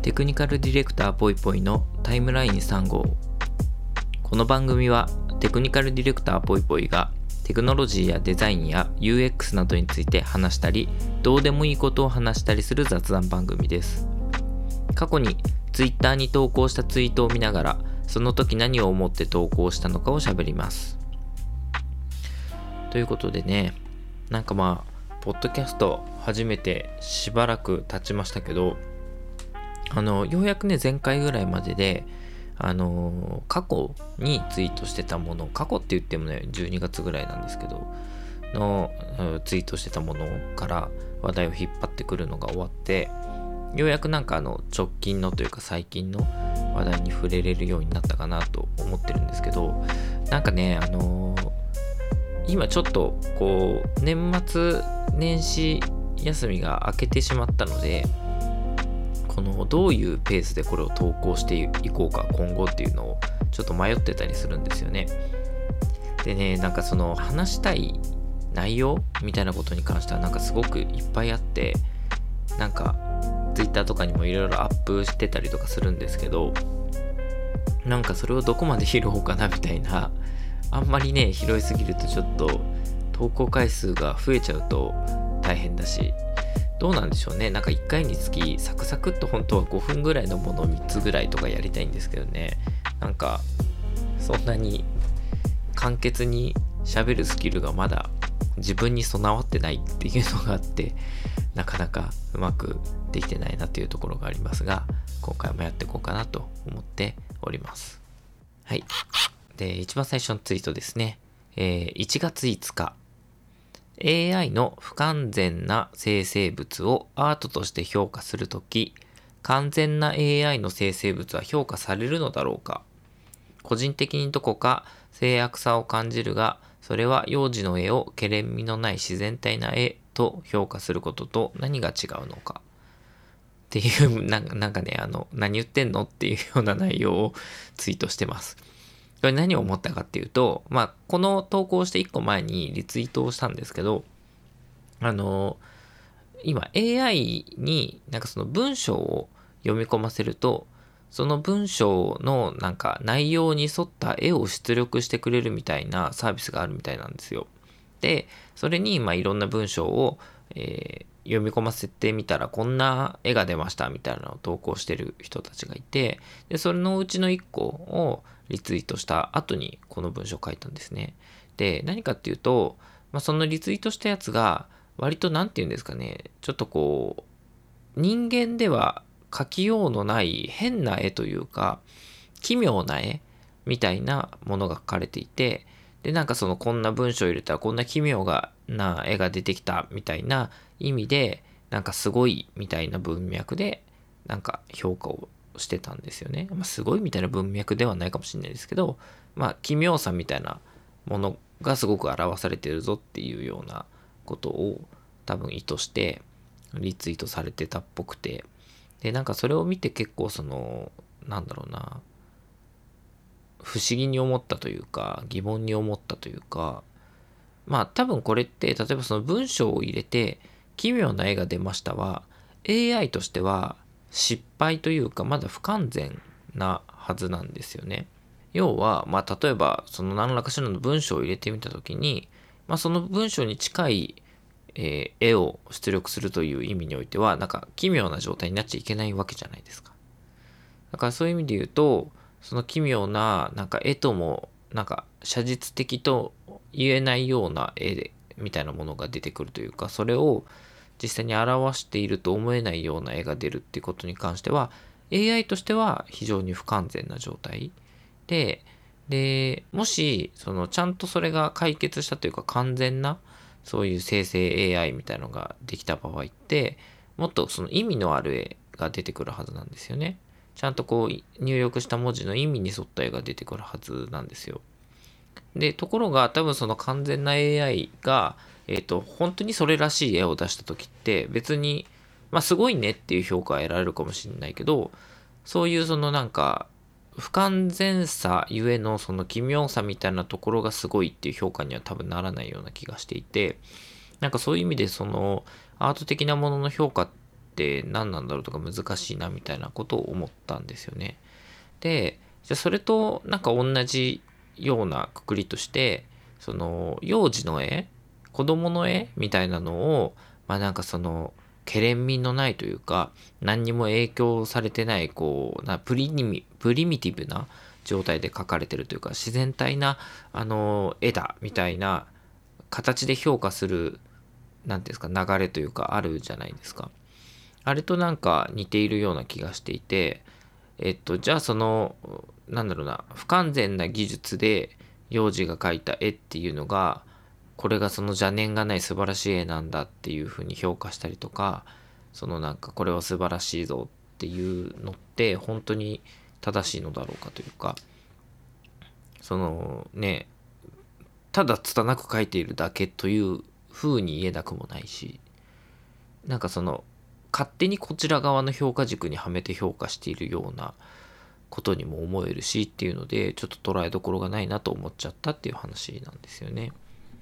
テクニカルディレクターぽいぽいのタイムライン3号。この番組はテクニカルディレクターぽいぽいがテクノロジーやデザインや UX などについて話したり、どうでもいいことを話したりする雑談番組です。過去に Twitter に投稿したツイートを見ながら、その時何を思って投稿したのかを喋ります。ということでね、ポッドキャスト始めてしばらく経ちましたけど、ようやくね、前回ぐらいまでで、過去にツイートしてたもの、過去って言ってもね、12月ぐらいなんですけど、ツイートしてたものから話題を引っ張ってくるのが終わって、ようやく直近のというか最近の話題に触れれるようになったかなと思ってるんですけど、今ちょっと年末年始休みが明けてしまったので、どういうペースでこれを投稿していこうか今後っていうのをちょっと迷ってたりするんですよね。でね、話したい内容みたいなことに関してはすごくいっぱいあって、Twitter とかにもいろいろアップしてたりとかするんですけど、それをどこまで拾おうかなみたいな、あんまりね拾いすぎるとちょっと投稿回数が増えちゃうと大変だし、どうなんでしょうね。1回につきサクサクっと本当は5分ぐらいのものを3つぐらいとかやりたいんですけどね、そんなに簡潔に喋るスキルがまだ自分に備わってないっていうのがあって、なかなかうまくできてないなというところがありますが、今回もやっていこうかなと思っております。はい。で、一番最初のツイートですね。1月5日。AI の不完全な生成物をアートとして評価するとき、完全な AI の生成物は評価されるのだろうか。個人的にどこか制約さを感じるが、それは幼児の絵をけれんみのない自然体な絵と評価することと何が違うのか。っていう、何言ってんのっていうような内容をツイートしてます。これ何を思ったかっていうと、この投稿して1個前にリツイートをしたんですけど、今 AI にその文章を読み込ませると、その文章の内容に沿った絵を出力してくれるみたいなサービスがあるみたいなんですよ。で、それにいろんな文章を、読み込ませてみたらこんな絵が出ましたみたいなのを投稿してる人たちがいて、でそれのうちの1個をリツイートした後にこの文章を書いたんですね。で、何かっていうと、そのリツイートしたやつが割とちょっと人間では描きようのない変な絵というか奇妙な絵みたいなものが描かれていて、でこんな文章を入れたらこんな奇妙な絵が出てきたみたいな意味で、すごいみたいな文脈で評価をしてたんですよね。すごいみたいな文脈ではないかもしれないですけど、奇妙さみたいなものがすごく表されてるぞっていうようなことを多分意図してリツイートされてたっぽくて、でそれを見て結構不思議に思ったというか疑問に思ったというか、多分これって例えばその文章を入れて奇妙な絵が出ましたは AI としては失敗というかまだ不完全なはずなんですよね。要は例えばその何らかしらの文章を入れてみたときに、その文章に近い絵を出力するという意味においては奇妙な状態になっちゃいけないわけじゃないですか。だからそういう意味で言うと、その奇妙な絵とも写実的と言えないような絵みたいなものが出てくるというか、それを実際に表していると思えないような絵が出るっていうことに関しては AI としては非常に不完全な状態で、もしちゃんとそれが解決したというか完全なそういう生成 AI みたいなのができた場合って、もっとその意味のある絵が出てくるはずなんですよね。ちゃんと入力した文字の意味に沿った絵が出てくるはずなんですよ。で、ところが多分その完全な AI が、本当にそれらしい絵を出した時って別に、すごいねっていう評価は得られるかもしれないけど、そういう不完全さゆえのその奇妙さみたいなところがすごいっていう評価には多分ならないような気がしていて、そういう意味でそのアート的なものの評価っって何なんだろうとか難しいなみたいなことを思ったんですよね。で、じゃあそれとなんか同じようなくくりとして、その幼児の絵、子供の絵みたいなのを、なんかそのけれん味のないというか、何にも影響されてない、こうプリミティブな状態で描かれてるというか、自然体な絵だみたいな形で評価する、なんていうんですか、流れというかあるじゃないですか。あれとなんか似ているような気がしていて、じゃあその、なんだろうな、不完全な技術で幼児が描いた絵っていうのが、これがその邪念がない素晴らしい絵なんだっていうふうに評価したりとか、そのなんかこれは素晴らしいぞっていうのって本当に正しいのだろうかというか、そのね、ただ拙く描いているだけというふうに言えなくもないし、なんかその勝手にこちら側の評価軸にはめて評価しているようなことにも思えるしっていうので、ちょっと捉えどころがないなと思っちゃったっていう話なんですよね。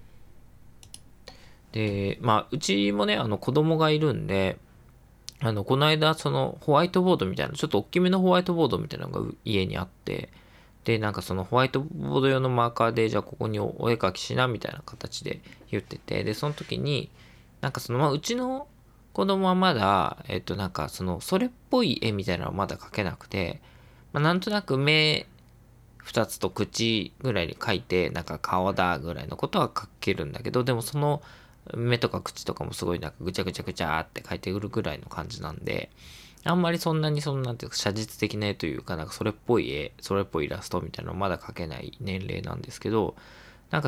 で、うちもね、子供がいるんで、この間、そのホワイトボードみたいな、ちょっと大きめのホワイトボードみたいなのが家にあって、で、なんかそのホワイトボード用のマーカーで、じゃあここにお絵描きしな、みたいな形で言ってて、で、その時に、なんかその、うちの子供はまだ、なんかそれっぽい絵みたいなのはまだ描けなくて、なんとなく目2つと口ぐらいに描いて、なんか顔だぐらいのことは描けるんだけど、でもその目とか口とかもすごいなんかぐちゃぐちゃぐちゃって描いてくるぐらいの感じなんで、あんまりそんなになんていうか写実的な絵というか、なんかそれっぽい絵、それっぽいイラストみたいなのまだ描けない年齢なんですけど、なんか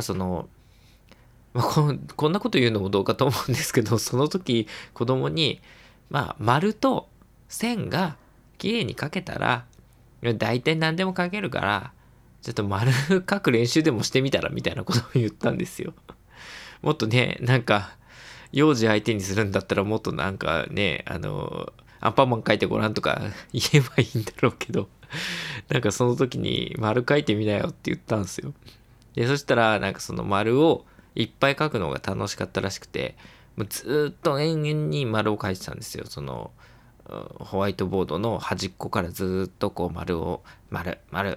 こんなこと言うのもどうかと思うんですけど、その時子供に、丸と線が綺麗に描けたら、大体何でも描けるから、ちょっと丸描く練習でもしてみたらみたいなことを言ったんですよ。もっとね、なんか、幼児相手にするんだったらもっとなんかね、アンパンマン描いてごらんとか言えばいいんだろうけど、なんかその時に丸描いてみなよって言ったんですよ。で、そしたらなんかその丸をいっぱい描くのが楽しかったらしくて、もうずーっと延々に丸を描いてたんですよ。ホワイトボードの端っこからずーっとこう丸を丸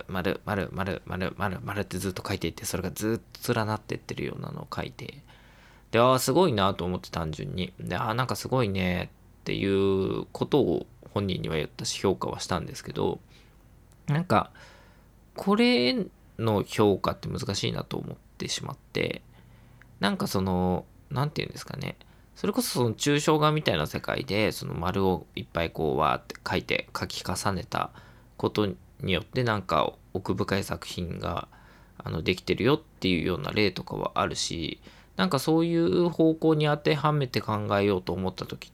ってずっと書いていって、それがずっと連なってってるようなのを書いて、ですごいなと思って、単純に。で、なんかすごいねっていうことを本人には言ったし、評価はしたんですけど、なんかこれの評価って難しいなと思ってしまって、なんかなんていうんですかね、それこそその抽象画みたいな世界で、その丸をいっぱいこうわーって書き重ねたことによって、なんか奥深い作品ができてるよっていうような例とかはあるし、なんかそういう方向に当てはめて考えようと思った時って、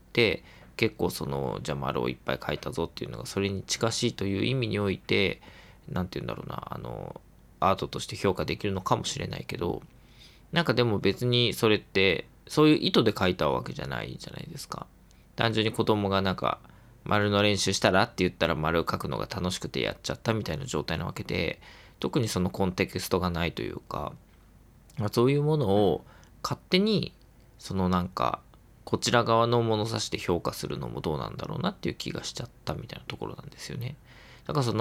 結構じゃあ丸をいっぱい描いたぞっていうのがそれに近しいという意味において、なんていうんだろうな、アートとして評価できるのかもしれないけど、なんかでも別にそれってそういう意図で書いたわけじゃないじゃないですか。単純に子供がなんか丸の練習したらって言ったら丸を書くのが楽しくてやっちゃったみたいな状態なわけで、特にそのコンテクストがないというか、そういうものを勝手になんかこちら側の物差しで評価するのもどうなんだろうなっていう気がしちゃったみたいなところなんですよね。だから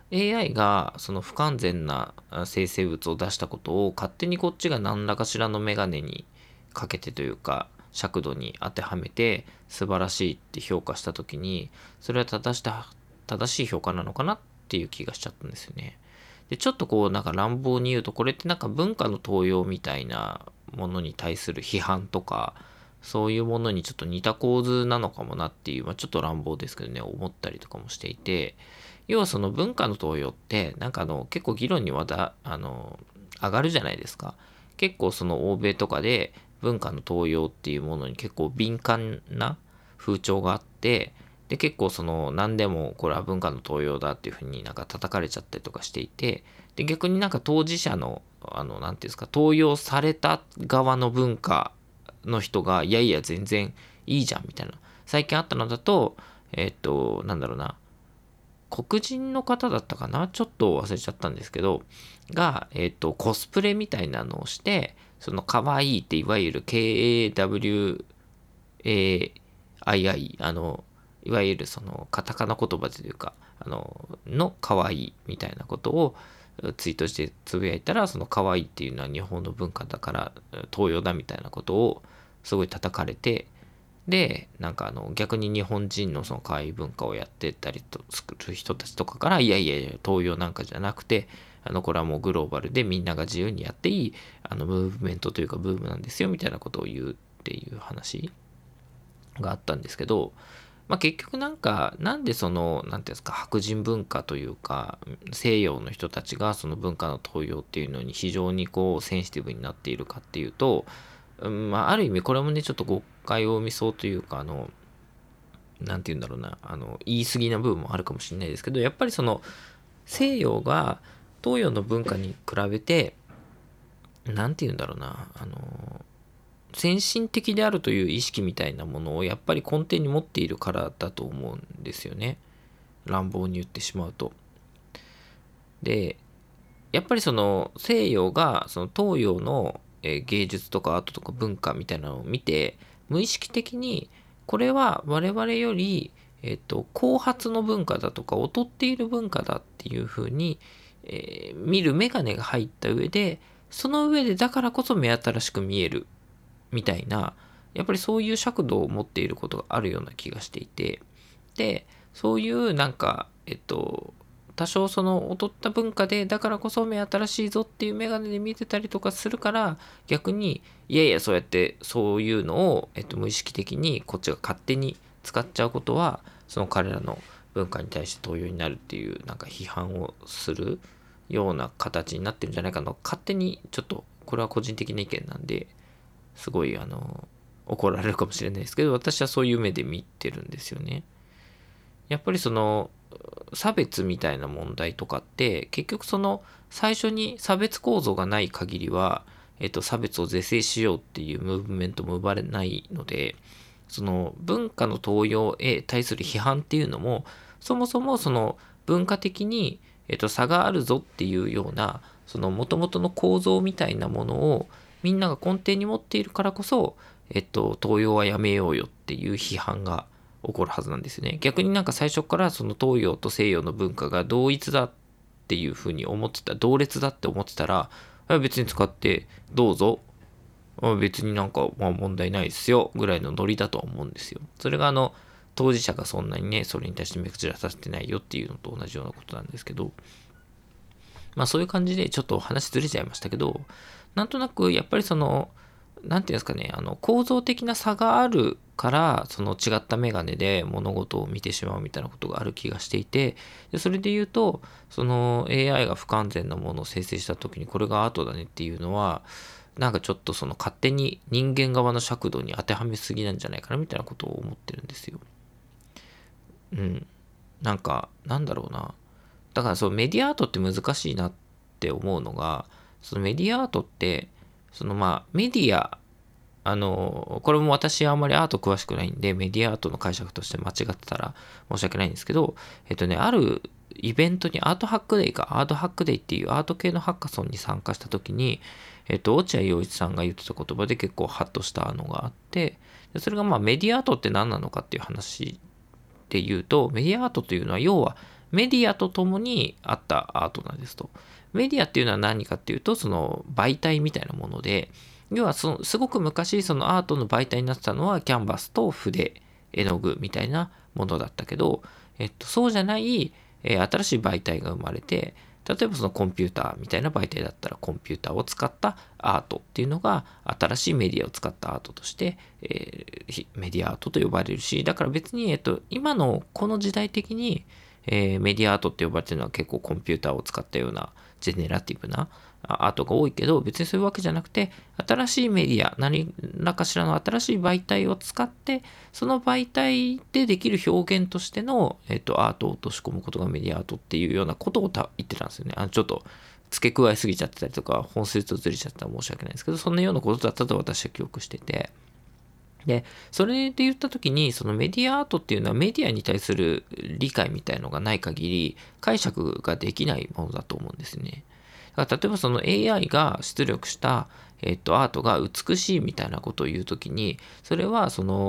AI が不完全な生成物を出したことを勝手にこっちが何らかしらのメガネにかけてというか尺度に当てはめて素晴らしいって評価した時に、それは正しい評価なのかなっていう気がしちゃったんですよね。で、ちょっとなんか乱暴に言うと、これってなんか文化の盗用みたいなものに対する批判とか、そういうものにちょっと似た構図なのかもなっていう、ちょっと乱暴ですけどね、思ったりとかもしていて、要は文化の盗用って、なんか結構議論に上がるじゃないですか。結構欧米とかで文化の盗用っていうものに結構敏感な風潮があって、で結構何でもこれは文化の盗用だっていうふうになんか叩かれちゃったりとかしていて、で逆になんか当事者のなんていうんですか、盗用された側の文化の人がいやいや全然いいじゃんみたいな、最近あったのだとなんだろうな、黒人の方だったかな、ちょっと忘れちゃったんですけどがコスプレみたいなのをして、可愛いっていわゆる KAWAII いわゆるそのカタカナ言葉というかの可愛いみたいなことをツイートしてつぶやいたら、その可愛いっていうのは日本の文化だから東洋だみたいなことをすごい叩かれて、でなんか逆に日本人のその可愛い文化をやってたりとする人たちとかから、いやいやいや東洋なんかじゃなくてこれはもうグローバルでみんなが自由にやっていいムーブメントというかブームなんですよみたいなことを言うっていう話があったんですけど、結局なんでそのなんていうんですか、白人文化というか西洋の人たちがその文化の東洋っていうのに非常にこうセンシティブになっているかっていうと、ある意味これもねちょっと誤解を生みそうというかなんて言うんだろうな、言い過ぎな部分もあるかもしれないですけど、やっぱりその西洋が東洋の文化に比べてなんて言うんだろうな、先進的であるという意識みたいなものをやっぱり根底に持っているからだと思うんですよね、乱暴に言ってしまうと。でやっぱりその西洋がその東洋の芸術とかアートとか文化みたいなのを見て、無意識的にこれは我々より後発の文化だとか劣っている文化だっていうふうに、見る眼鏡が入った上で、その上でだからこそ目新しく見えるみたいな、やっぱりそういう尺度を持っていることがあるような気がしていて、でそういう多少その劣った文化でだからこそ目新しいぞっていう眼鏡で見てたりとかするから、逆にいやいやそうやってそういうのを、無意識的にこっちが勝手に使っちゃうことは、その彼らの文化に対して東洋になるっていう批判をするような形になってるんじゃないかな、勝手にちょっとこれは個人的な意見なんですごい怒られるかもしれないですけど、私はそういう目で見てるんですよね。やっぱりその差別みたいな問題とかって結局その最初に差別構造がない限りは、差別を是正しようっていうムーブメントも生まれないので、その文化の東洋へ対する批判っていうのもそもそもその文化的に、差があるぞっていうようなその元々の構造みたいなものをみんなが根底に持っているからこそ、東洋はやめようよっていう批判が起こるはずなんですよね。逆に最初からその東洋と西洋の文化が同一だっていうふうに思ってた、同列だって思ってたら、別に使ってどうぞ、別に問題ないですよぐらいのノリだとは思うんですよ。それが当事者がそんなにねそれに対して目くじらさせてないよっていうのと同じようなことなんですけど、そういう感じでちょっと話ずれちゃいましたけど、なんとなくやっぱりそのなんていうんですかね、構造的な差があるからその違った眼鏡で物事を見てしまうみたいなことがある気がしていて、でそれで言うとその AI が不完全なものを生成した時にこれがアートだねっていうのはちょっとその勝手に人間側の尺度に当てはめすぎなんじゃないかなみたいなことを思ってるんですよ。なんだろうな。だからメディアアートって難しいなって思うのが、そのメディアアートってそのメディアこれも私はあんまりアート詳しくないんでメディアアートの解釈として間違ってたら申し訳ないんですけど、あるイベントにアートハックデイっていうアート系のハッカソンに参加した時に、落合陽一さんが言ってた言葉で結構ハッとしたのがあって、それがメディアアートって何なのかっていう話で言うと、メディアアートというのは要はメディアとともにあったアートなんですと。メディアっていうのは何かっていうとその媒体みたいなもので、要はすごく昔そのアートの媒体になってたのはキャンバスと筆、絵の具みたいなものだったけど、そうじゃない、新しい媒体が生まれて、例えばそのコンピューターみたいな媒体だったらコンピューターを使ったアートっていうのが新しいメディアを使ったアートとして、メディアアートと呼ばれるし、だから別に、今のこの時代的に、メディアアートって呼ばれてるのは結構コンピューターを使ったようなジェネラティブなアートが多いけど、別にそういうわけじゃなくて新しいメディア、何らかしらの新しい媒体を使ってその媒体でできる表現としての、アートを落とし込むことがメディアアートっていうようなことを言ってたんですよね。ちょっと付け加えすぎちゃってたりとか本質とずれちゃったら申し訳ないんですけど、そんなようなことだったと私は記憶してて、でそれで言った時にそのメディアアートっていうのはメディアに対する理解みたいのがない限り解釈ができないものだと思うんですね。だから例えばその AI が出力した、アートが美しいみたいなことを言うときに、それはその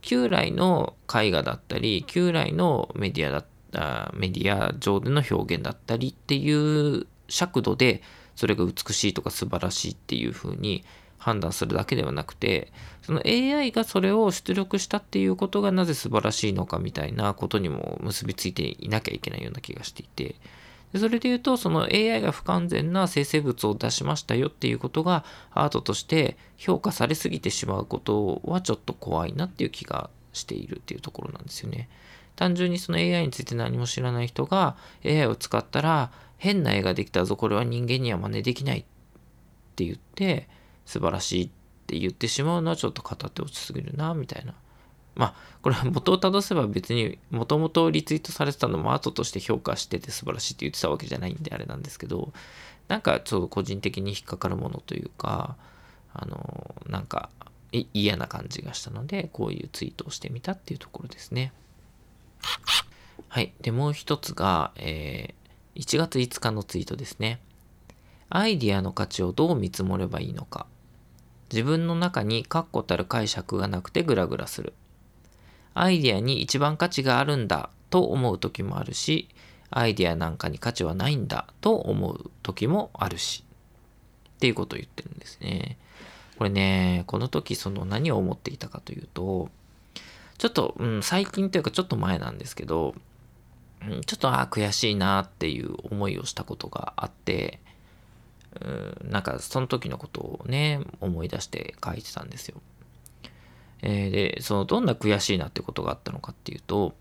旧来の絵画だったり、旧来のメディア上での表現だったりっていう尺度で、それが美しいとか素晴らしいっていう風に判断するだけではなくて、その AI がそれを出力したっていうことがなぜ素晴らしいのかみたいなことにも結びついていなきゃいけないような気がしていて、でそれで言うと、その AI が不完全な生成物を出しましたよっていうことがアートとして評価されすぎてしまうことはちょっと怖いなっていう気がしているっていうところなんですよね。単純にその AI について何も知らない人が AI を使ったら変な絵ができたぞ、これは人間には真似できないって言って素晴らしいって言ってしまうのはちょっと片手落ちすぎるなみたいな。まあこれは元をたどせば別にもともとリツイートされてたのも後として評価してて素晴らしいって言ってたわけじゃないんであれなんですけど、なんかちょっと個人的に引っかかるものというか、なんか嫌な感じがしたので、こういうツイートをしてみたっていうところですね。はい。で、もう一つが、1月5日のツイートですね。アイディアの価値をどう見積もればいいのか。自分の中に確固たる解釈がなくてグラグラする。アイディアに一番価値があるんだと思う時もあるし、アイディアなんかに価値はないんだと思う時もあるし。っていうことを言ってるんですね。これね、この時何を思っていたかというと、ちょっと、最近というかちょっと前なんですけど、ちょっと悔しいなっていう思いをしたことがあって、なんかその時のことをね、思い出して書いてたんですよ。で、どんな悔しいなってことがあったのかっていうと、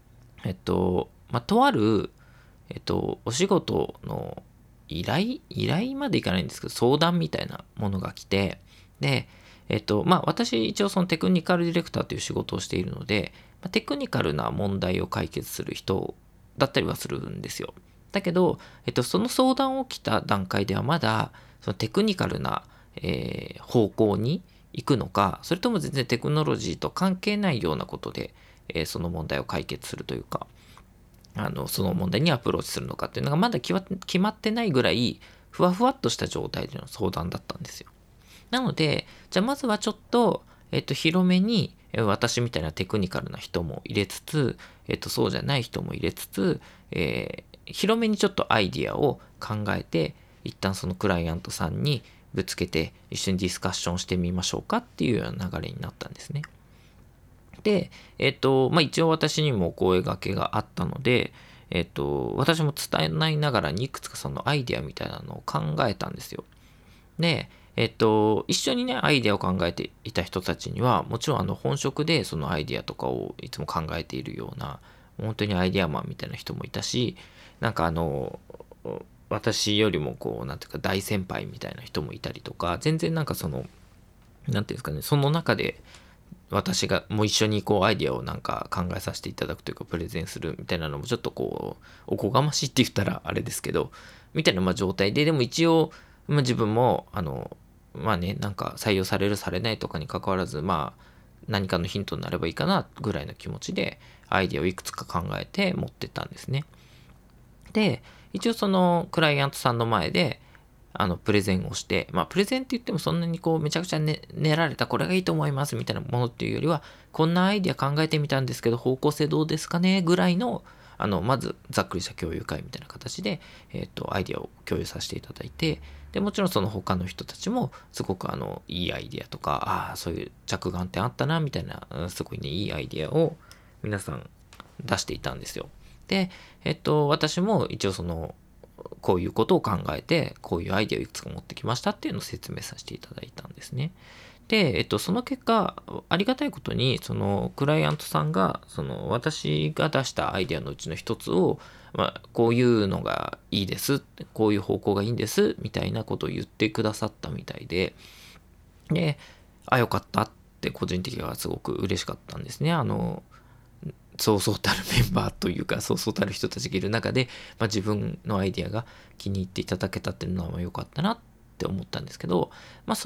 とある、お仕事の依頼までいかないんですけど、相談みたいなものが来て、で、私一応そのテクニカルディレクターという仕事をしているので、テクニカルな問題を解決する人だったりはするんですよ。だけど、その相談を来た段階ではまだ、そのテクニカルな、方向に行くのか、それとも全然テクノロジーと関係ないようなことで、その問題を解決するというか、その問題にアプローチするのかっていうのがまだ決まってないぐらい、ふわふわっとした状態での相談だったんですよ。なので、じゃあまずはちょっと、広めに、私みたいなテクニカルな人も入れつつ、そうじゃない人も入れつつ、広めにちょっとアイディアを考えて、一旦そのクライアントさんにぶつけて一緒にディスカッションしてみましょうかっていうような流れになったんですね。で、一応私にもお声掛けがあったので、私も伝えないながらにいくつかそのアイディアみたいなのを考えたんですよ。で、一緒にね、アイデアを考えていた人たちには、もちろん本職でそのアイデアとかをいつも考えているような、本当にアイデアマンみたいな人もいたし、なんか私よりもなんていうか大先輩みたいな人もいたりとか、全然なんかなんていうんですかね、その中で私がもう一緒にアイデアをなんか考えさせていただくというか、プレゼンするみたいなのもちょっとおこがましいって言ったらあれですけど、みたいな状態で、でも一応、自分もなんか採用されるされないとかに関わらず、何かのヒントになればいいかなぐらいの気持ちでアイデアをいくつか考えて持ってったんですね。で、一応そのクライアントさんの前でプレゼンをして、プレゼンって言ってもそんなにめちゃくちゃ練られたこれがいいと思いますみたいなものっていうよりは、こんなアイデア考えてみたんですけど方向性どうですかねぐらいのまずざっくりした共有会みたいな形で、アイデアを共有させていただいて、でもちろんその他の人たちもすごくいいアイデアとか、そういう着眼点あったなみたいな、すごいねいいアイデアを皆さん出していたんですよ。で、私も一応こういうことを考えてこういうアイデアをいくつか持ってきましたっていうのを説明させていただいたんですね。で、その結果、ありがたいことに、クライアントさんが、私が出したアイデアのうちの一つを、こういうのがいいです、こういう方向がいいんです、みたいなことを言ってくださったみたいで、で、よかったって個人的にはすごく嬉しかったんですね。そうそうたるメンバーというか、そうそうたる人たちがいる中で、自分のアイデアが気に入っていただけたっていうのは良かったなって思ったんですけど、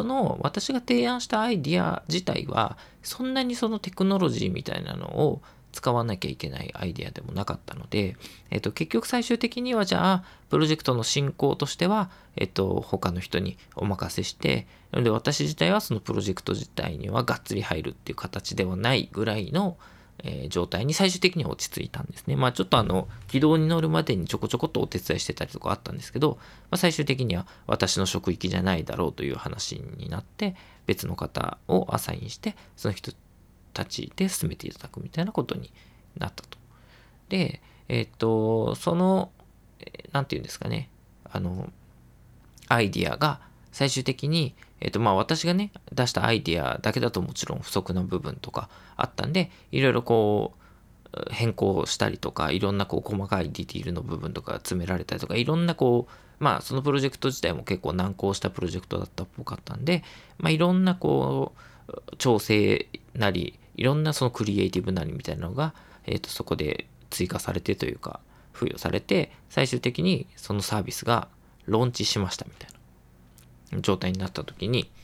私が提案したアイディア自体はそんなにテクノロジーみたいなのを使わなきゃいけないアイデアでもなかったので、結局最終的にはじゃあプロジェクトの進行としては、他の人にお任せして、なので私自体はそのプロジェクト自体にはがっつり入るっていう形ではないぐらいの、状態に最終的には落ち着いたんですね。ちょっと軌道に乗るまでにちょこちょこっとお手伝いしてたりとかあったんですけど、最終的には私の職域じゃないだろうという話になって、別の方をアサインして、その人たちで進めていただくみたいなことになったと。で、なんていうんですかね、アイディアが最終的に、私がね、出したアイディアだけだともちろん不足な部分とかあったんで、いろいろ変更したりとか、いろんな細かいディティールの部分とか詰められたりとか、いろんなそのプロジェクト自体も結構難航したプロジェクトだったっぽかったんで、いろんな調整なり、いろんなそのクリエイティブなりみたいなのが、そこで追加されてというか、付与されて、最終的にそのサービスがローンチしましたみたいな状態になった時に、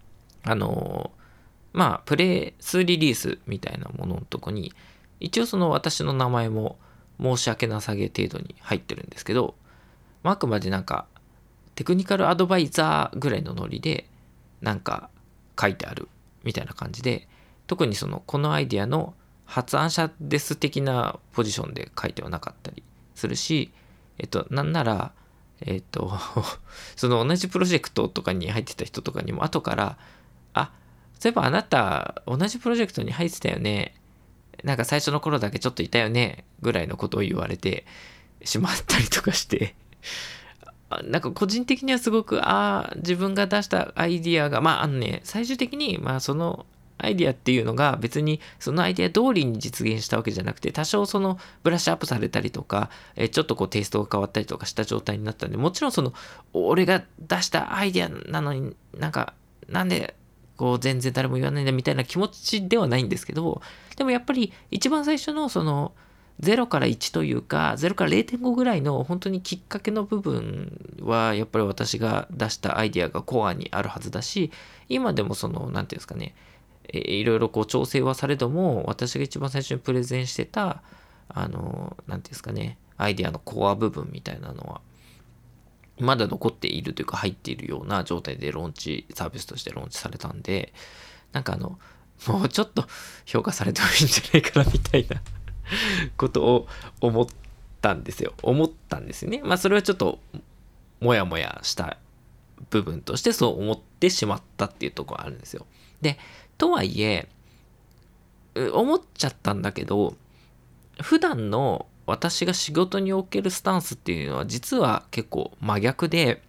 プレスリリースみたいなもののとこに、一応その私の名前も申し訳なさげ程度に入ってるんですけど、あくまでテクニカルアドバイザーぐらいのノリで書いてあるみたいな感じで、特にこのアイディアの発案者です的なポジションで書いてはなかったりするし、なんならその同じプロジェクトとかに入ってた人とかにも後から、そういえばあなた同じプロジェクトに入ってたよね、最初の頃だけちょっといたよねぐらいのことを言われてしまったりとかして個人的にはすごく自分が出したアイディアが最終的にそのアイディアっていうのが別にそのアイディア通りに実現したわけじゃなくて、多少ブラッシュアップされたりとか、ちょっとテイストが変わったりとかした状態になったんで、もちろん俺が出したアイディアなのになんで全然誰も言わないんだみたいな気持ちではないんですけど、でもやっぱり一番最初の0から1というか0から 0.5 ぐらいの本当にきっかけの部分はやっぱり私が出したアイディアがコアにあるはずだし、今でもなんていうんですかね、いろいろ調整はされども、私が一番最初にプレゼンしてたなんていうんですかね、アイディアのコア部分みたいなのはまだ残っているというか入っているような状態でサービスとしてローンチされたんで、もうちょっと評価されてもいいんじゃないかなみたいなことを思ったんですね。それはちょっともやもやした部分としてそう思ってしまったっていうところがあるんですよ。で、とはいえ思っちゃったんだけど、普段の私が仕事におけるスタンスっていうのは実は結構真逆で、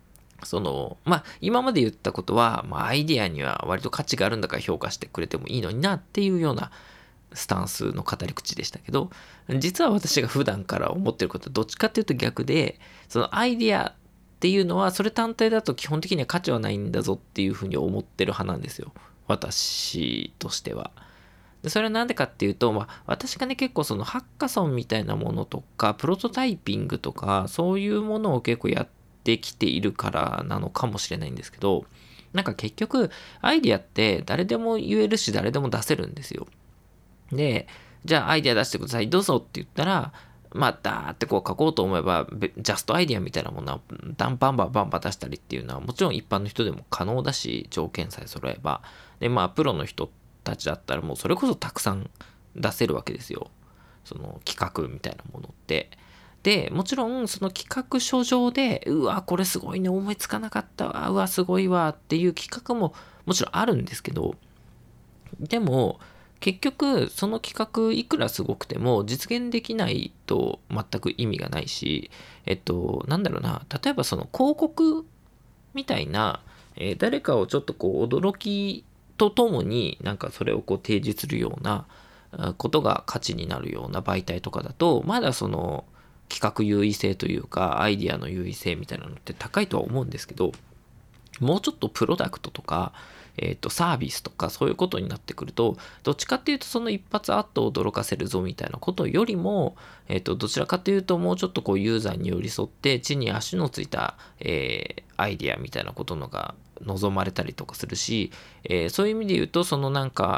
今まで言ったことは、アイディアには割と価値があるんだから評価してくれてもいいのになっていうようなスタンスの語り口でしたけど、実は私が普段から思ってることはどっちかっていうと逆で、そのアイディアっていうのはそれ単体だと基本的には価値はないんだぞっていうふうに思ってる派なんですよ、私としては。でそれはなんでかっていうと、私がね結構ハッカソンみたいなものとかプロトタイピングとかそういうものを結構やってきているからなのかもしれないんですけど、結局アイディアって誰でも言えるし誰でも出せるんですよ。でじゃあアイディア出してくださいどうぞって言ったら、ダーって書こうと思えばジャストアイディアみたいなものはバンバン出したりっていうのはもちろん一般の人でも可能だし、条件さえ揃えば。でプロの人たちだったらもうそれこそたくさん出せるわけですよ、その企画みたいなものって。でもちろんその企画書上でうわこれすごいね思いつかなかったわうわすごいわっていう企画ももちろんあるんですけど、でも結局その企画いくらすごくても実現できないと全く意味がないし、なんだろうな、例えばその広告みたいな、誰かをちょっと驚きとともにそれを提示するようなことが価値になるような媒体とかだと、まだその企画優位性というかアイディアの優位性みたいなのって高いとは思うんですけど、もうちょっとプロダクトとか、サービスとかそういうことになってくると、どっちかっていうとその一発あっと驚かせるぞみたいなことよりも、どちらかというともうちょっとユーザーに寄り添って地に足のついた、アイディアみたいなことのが望まれたりとかするし、そういう意味で言うとその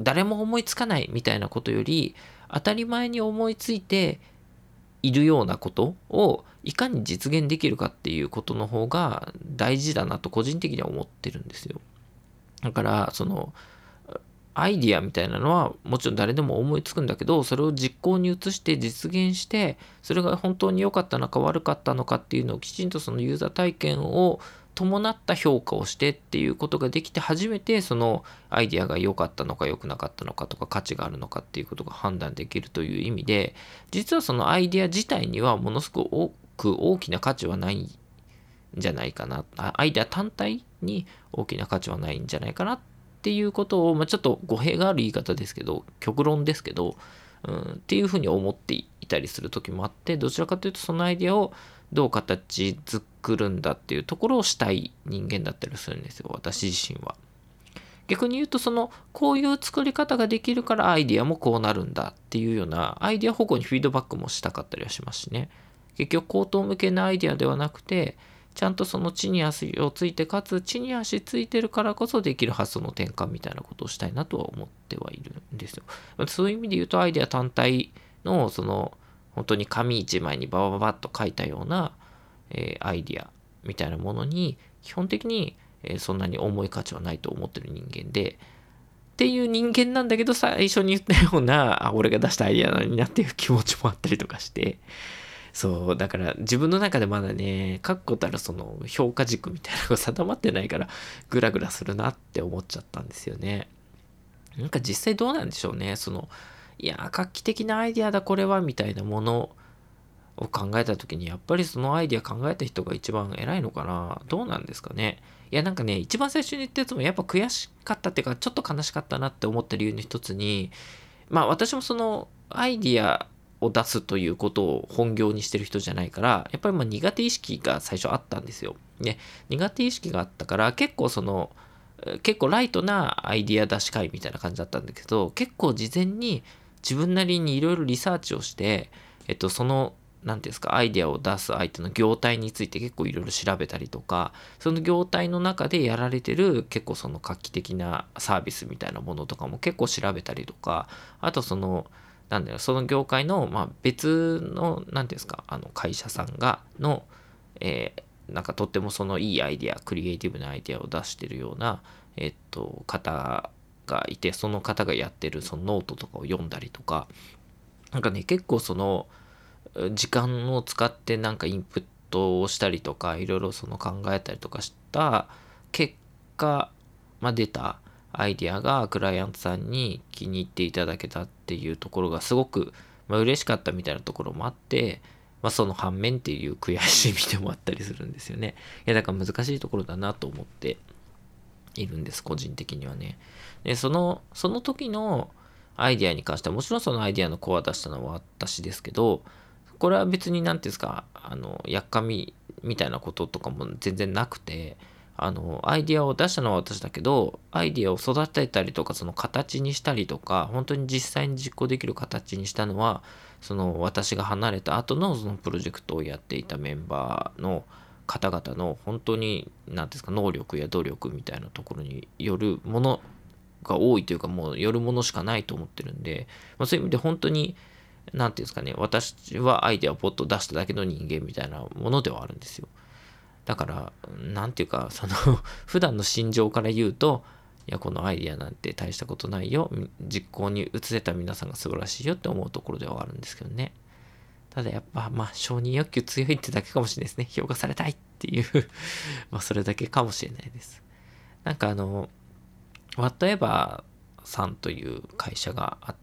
誰も思いつかないみたいなことより、当たり前に思いついているようなことをいかに実現できるかっていうことの方が大事だなと個人的には思ってるんですよ。だからそのアイディアみたいなのはもちろん誰でも思いつくんだけど、それを実行に移して実現して、それが本当に良かったのか悪かったのかっていうのをきちんとそのユーザー体験を伴った評価をしてっていうことができて、初めてそのアイディアが良かったのか良くなかったのかとか価値があるのかっていうことが判断できるという意味で、実はそのアイディア自体にはものすごく大きな価値はないんじゃないかな。アイデア単体に大きな価値はないんじゃないかなっていうことを、ちょっと語弊がある言い方ですけど、極論ですけど、っていうふうに思っていたりする時もあって、どちらかというとそのアイデアをどう形作るんだっていうところをしたい人間だったりするんですよ、私自身は。逆に言うと、こういう作り方ができるからアイディアもこうなるんだっていうようなアイディア方向にフィードバックもしたかったりはしますしね。結局口頭向けなアイディアではなくて、ちゃんとその地に足をついて、かつ地に足ついてるからこそできる発想の転換みたいなことをしたいなとは思ってはいるんですよ。そういう意味で言うと、アイデア単体の本当に紙一枚にババババッと書いたような、アイディアみたいなものに基本的に、そんなに重い価値はないと思ってる人間で、っていう人間なんだけど、最初に言ったような、俺が出したアイディアなのになっていう気持ちもあったりとかして、そう、だから自分の中でまだね、確固たるその評価軸みたいなのが定まってないから、グラグラするなって思っちゃったんですよね。なんか実際どうなんでしょうね。いや、画期的なアイディアだ、これは、みたいなものを考えた時に、やっぱりそのアイディア考えた人が一番偉いのかな。どうなんですかね。いや、なんかね、一番最初に言ったやつもやっぱ悔しかったっていうか、ちょっと悲しかったなって思った理由の一つに、私もそのアイディアを出すということを本業にしてる人じゃないから、やっぱり苦手意識が最初あったんですよ。で、苦手意識があったから、結構ライトなアイディア出し会みたいな感じだったんだけど、結構事前に自分なりにいろいろリサーチをして、なんていうんですか、アイデアを出す相手の業態について結構いろいろ調べたりとか、その業態の中でやられてる結構画期的なサービスみたいなものとかも結構調べたりとか、あとその業界の、別の、なんていうんですか、会社さんなんかとってもいいアイデア、クリエイティブなアイデアを出してるような、方がいて、その方がやってるそのノートとかを読んだりとか、なんかね、結構時間を使ってなんかインプットをしたりとか、いろいろ考えたりとかした結果、出たアイディアがクライアントさんに気に入っていただけたっていうところがすごく、嬉しかったみたいなところもあって、その反面っていう悔しい意味でもあったりするんですよね。いや、だから難しいところだなと思っているんです、個人的にはね。で、その時のアイディアに関しては、もちろんそのアイディアのコア出したのは私ですけど、これは別に何ていうんですか、やっかみみたいなこととかも全然なくて、アイディアを出したのは私だけど、アイディアを育てたりとか、その形にしたりとか、本当に実際に実行できる形にしたのは、私が離れた後のそのプロジェクトをやっていたメンバーの方々の本当に何ていうんですか、能力や努力みたいなところによるものが多いというか、もうよるものしかないと思ってるんで、そういう意味で本当になんていうんですかね、私はアイデアをポッと出しただけの人間みたいなものではあるんですよ。だから、なんていうか、普段の心情から言うと、いや、このアイデアなんて大したことないよ。実行に移せた皆さんが素晴らしいよって思うところではあるんですけどね。ただやっぱ、承認欲求強いってだけかもしれないですね。評価されたいっていうそれだけかもしれないです。なんかWhatever さんという会社があって、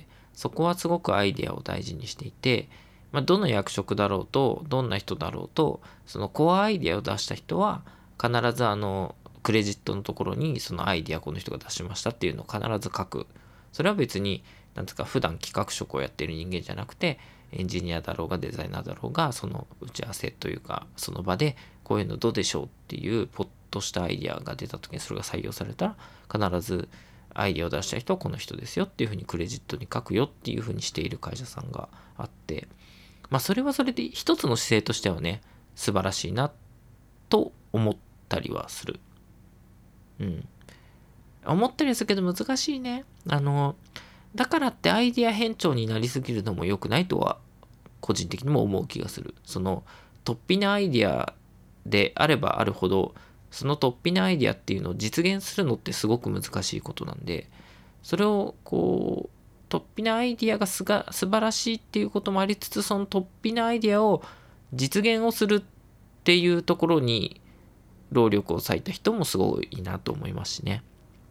そこはすごくアイデアを大事にしていて、どの役職だろうと、どんな人だろうと、そのコアアイデアを出した人は、必ずクレジットのところに、そのアイデアこの人が出しましたっていうのを必ず書く。それは別に、なんですか、普段企画職をやっている人間じゃなくて、エンジニアだろうがデザイナーだろうが、その打ち合わせというか、その場で、こういうのどうでしょうっていう、ポッとしたアイデアが出た時にそれが採用されたら、必ず、アイデアを出した人はこの人ですよっていうふうにクレジットに書くよっていうふうにしている会社さんがあって、それはそれで一つの姿勢としてはね、素晴らしいなと思ったりはする。 思ったりするけど難しいね。だからってアイディア偏重になりすぎるのも良くないとは個人的にも思う気がする。その突飛なアイディアであればあるほど、その突飛なアイディアっていうのを実現するのってすごく難しいことなんで、それをこう突飛なアイディアが素晴らしいっていうこともありつつ、その突飛なアイディアを実現をするっていうところに労力を割いた人もすごいなと思いますしね。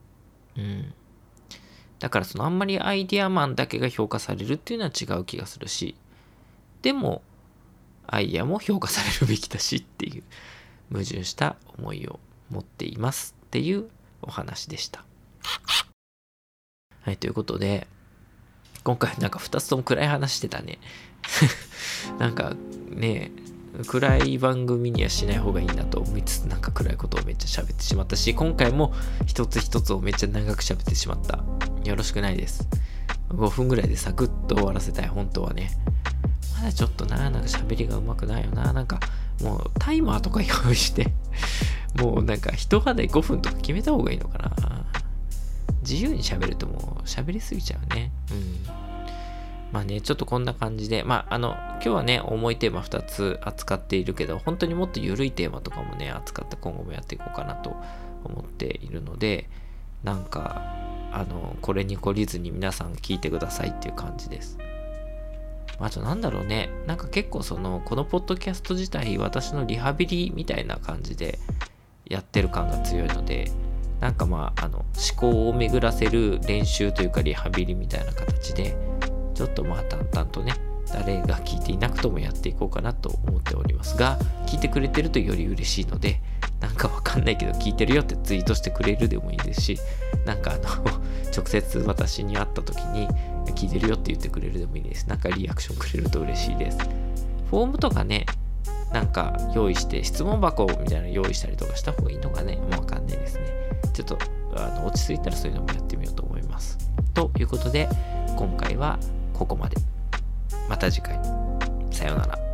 だからあんまりアイディアマンだけが評価されるっていうのは違う気がするし、でもアイディアも評価されるべきだしっていう矛盾した思いを持っていますっていうお話でした。はい、ということで今回なんか2つとも暗い話してたね。なんかね、暗い番組にはしない方がいいなと思いつつ、なんか暗いことをめっちゃ喋ってしまったし、今回も一つ一つをめっちゃ長く喋ってしまった。よろしくないです。5分ぐらいでサクッと終わらせたい、本当はね。まだちょっとなんか喋りが上手くないよな。なんかもうタイマーとか用意してもうなんか人がね5分とか決めた方がいいのかな。自由に喋るともう喋りすぎちゃうね。まあね、ちょっとこんな感じで、今日はね、重いテーマ2つ扱っているけど、本当にもっと緩いテーマとかもね、扱って今後もやっていこうかなと思っているので、なんか、これに懲りずに皆さん聞いてくださいっていう感じです。あとなんだろうね、なんか結構このポッドキャスト自体、私のリハビリみたいな感じでやってる感が強いので、なんか思考を巡らせる練習というかリハビリみたいな形で、ちょっと淡々とね、誰が聞いていなくともやっていこうかなと思っておりますが、聞いてくれてるとより嬉しいので、なんかわかんないけど聞いてるよってツイートしてくれるでもいいですし、なんか直接私に会った時に聞いてるよって言ってくれるでもいいです。なんかリアクションくれると嬉しいです。フォームとかね、なんか用意して質問箱みたいなの用意したりとかした方がいいのかね、もうわかんないですね。ちょっと落ち着いたらそういうのもやってみようと思います。ということで今回はここまで。また次回。さようなら。